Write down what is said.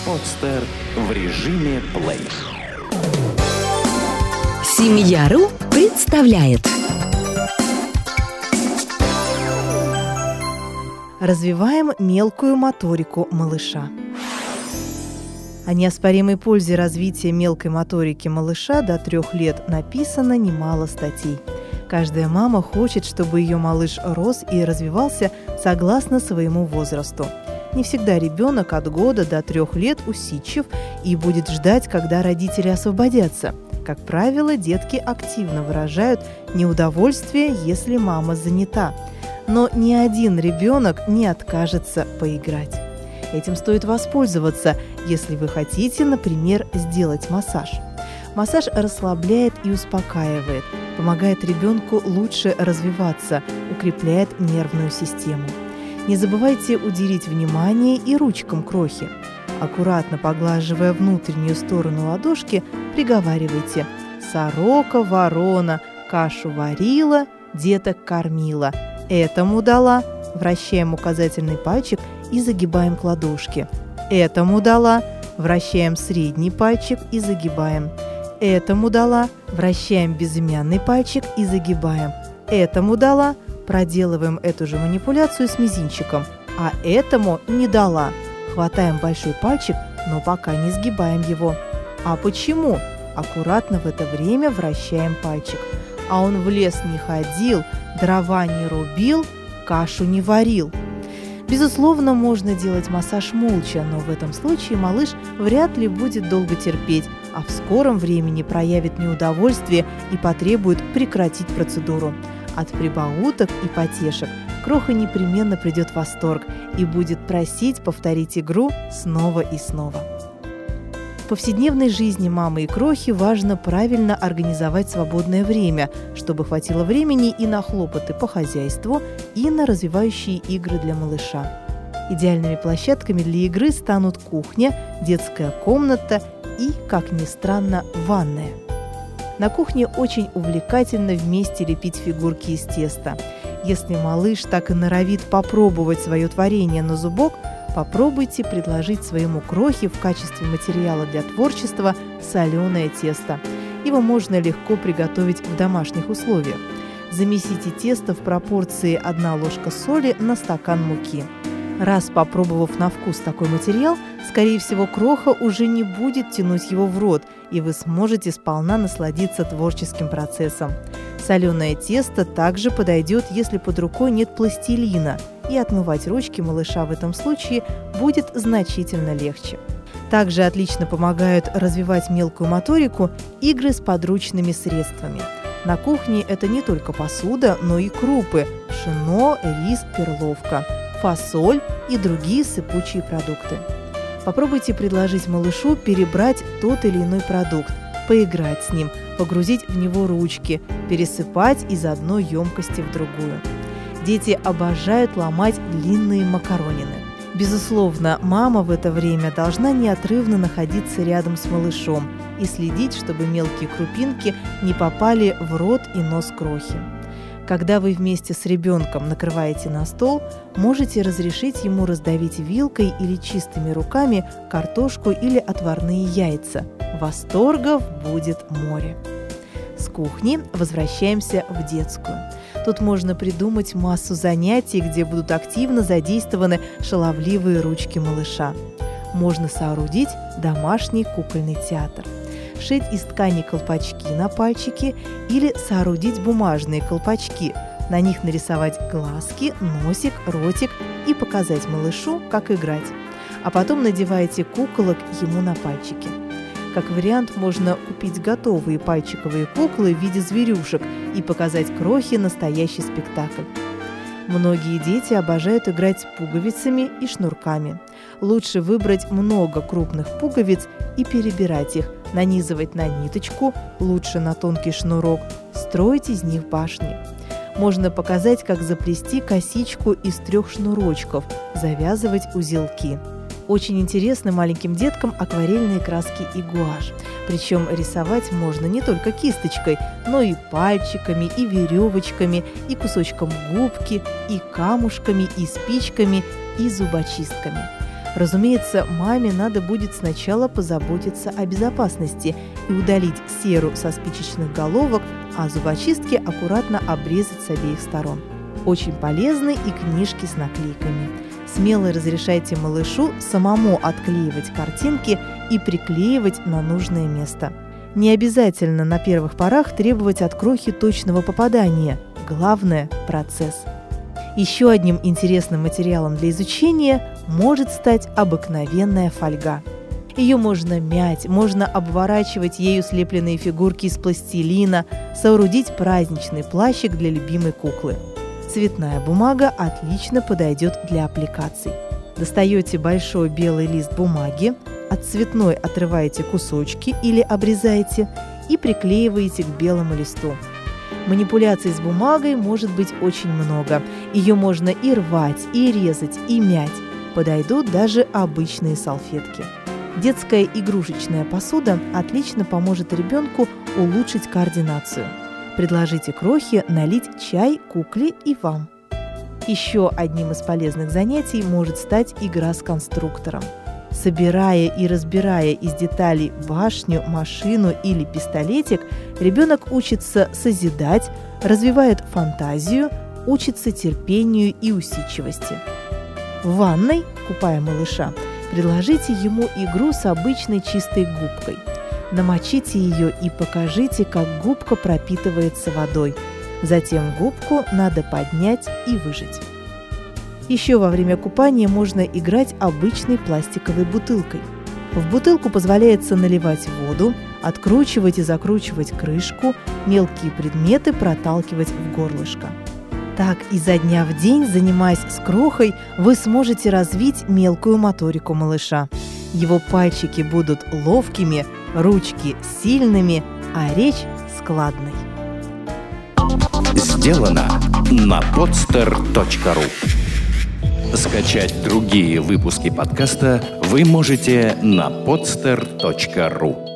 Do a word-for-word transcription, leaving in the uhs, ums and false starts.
Подстер в режиме плей. Семья.ру представляет. Развиваем мелкую моторику малыша. О неоспоримой пользе развития мелкой моторики малыша до трех лет написано немало статей. Каждая мама хочет, чтобы ее малыш рос и развивался согласно своему возрасту. Не всегда ребенок от года до трех лет усидчив и будет ждать, когда родители освободятся. Как правило, детки активно выражают неудовольствие, если мама занята. Но ни один ребенок не откажется поиграть. Этим стоит воспользоваться, если вы хотите, например, сделать массаж. Массаж расслабляет и успокаивает, помогает ребенку лучше развиваться, укрепляет нервную систему. Не забывайте уделить внимание и ручкам крохи. Аккуратно поглаживая внутреннюю сторону ладошки, приговаривайте: «Сорока, ворона, кашу варила, деток кормила. Этому дала». Вращаем указательный пальчик и загибаем к ладошке. «Этому дала». Вращаем средний пальчик и загибаем. «Этому дала». Вращаем безымянный пальчик и загибаем. «Этому дала». Проделываем эту же манипуляцию с мизинчиком. «А этому не дала». Хватаем большой пальчик, но пока не сгибаем его. «А почему?» Аккуратно в это время вращаем пальчик. «А он в лес не ходил, дрова не рубил, кашу не варил». Безусловно, можно делать массаж молча, но в этом случае малыш вряд ли будет долго терпеть, а в скором времени проявит неудовольствие и потребует прекратить процедуру. От прибауток и потешек кроха непременно придет в восторг и будет просить повторить игру снова и снова. В повседневной жизни мамы и крохи важно правильно организовать свободное время, чтобы хватило времени и на хлопоты по хозяйству, и на развивающие игры для малыша. Идеальными площадками для игры станут кухня, детская комната и, как ни странно, ванная. На кухне очень увлекательно вместе лепить фигурки из теста. Если малыш так и норовит попробовать свое творение на зубок, попробуйте предложить своему крохе в качестве материала для творчества соленое тесто. Его можно легко приготовить в домашних условиях. Замесите тесто в пропорции одна ложка соли на стакан муки. Раз попробовав на вкус такой материал, скорее всего, кроха уже не будет тянуть его в рот, и вы сможете сполна насладиться творческим процессом. Соленое тесто также подойдет, если под рукой нет пластилина, и отмывать ручки малыша в этом случае будет значительно легче. Также отлично помогают развивать мелкую моторику игры с подручными средствами. На кухне это не только посуда, но и крупы – пшено, рис, перловка, фасоль и другие сыпучие продукты. Попробуйте предложить малышу перебрать тот или иной продукт, поиграть с ним, погрузить в него ручки, пересыпать из одной емкости в другую. Дети обожают ломать длинные макаронины. Безусловно, мама в это время должна неотрывно находиться рядом с малышом и следить, чтобы мелкие крупинки не попали в рот и нос крохи. Когда вы вместе с ребенком накрываете на стол, можете разрешить ему раздавить вилкой или чистыми руками картошку или отварные яйца. Восторгов будет море. С кухни возвращаемся в детскую. Тут можно придумать массу занятий, где будут активно задействованы шаловливые ручки малыша. Можно соорудить домашний кукольный театр, шить из ткани колпачки на пальчики или соорудить бумажные колпачки, на них нарисовать глазки, носик, ротик и показать малышу, как играть. А потом надеваете куколок ему на пальчики. Как вариант, можно купить готовые пальчиковые куклы в виде зверюшек и показать крохе настоящий спектакль. Многие дети обожают играть пуговицами и шнурками. Лучше выбрать много крупных пуговиц и перебирать их, нанизывать на ниточку, лучше на тонкий шнурок, строить из них башни. Можно показать, как заплести косичку из трех шнурочков, завязывать узелки. Очень интересны маленьким деткам акварельные краски и гуашь. Причем рисовать можно не только кисточкой, но и пальчиками, и веревочками, и кусочком губки, и камушками, и спичками, и зубочистками. Разумеется, маме надо будет сначала позаботиться о безопасности и удалить серу со спичечных головок, а зубочистки аккуратно обрезать с обеих сторон. Очень полезны и книжки с наклейками. Смело разрешайте малышу самому отклеивать картинки и приклеивать на нужное место. Не обязательно на первых порах требовать от крохи точного попадания. Главное – процесс. Еще одним интересным материалом для изучения может стать обыкновенная фольга. Ее можно мять, можно обворачивать ею слепленные фигурки из пластилина, соорудить праздничный плащик для любимой куклы. Цветная бумага отлично подойдет для аппликаций. Достаете большой белый лист бумаги, от цветной отрываете кусочки или обрезаете и приклеиваете к белому листу. Манипуляций с бумагой может быть очень много. Ее можно и рвать, и резать, и мять. Подойдут даже обычные салфетки. Детская игрушечная посуда отлично поможет ребенку улучшить координацию. Предложите крохе налить чай кукле и вам. Еще одним из полезных занятий может стать игра с конструктором. Собирая и разбирая из деталей башню, машину или пистолетик, ребенок учится созидать, развивает фантазию, учится терпению и усидчивости. В ванной, купая малыша, предложите ему игру с обычной чистой губкой. Намочите ее и покажите, как губка пропитывается водой. Затем губку надо поднять и выжать. Еще во время купания можно играть обычной пластиковой бутылкой. В бутылку позволяется наливать воду, откручивать и закручивать крышку, мелкие предметы проталкивать в горлышко. Так, изо дня в день, занимаясь с крохой, вы сможете развить мелкую моторику малыша. Его пальчики будут ловкими, ручки сильными, а речь складной. Сделано на подстер точка ру. Скачать другие выпуски подкаста вы можете на подстер точка ру.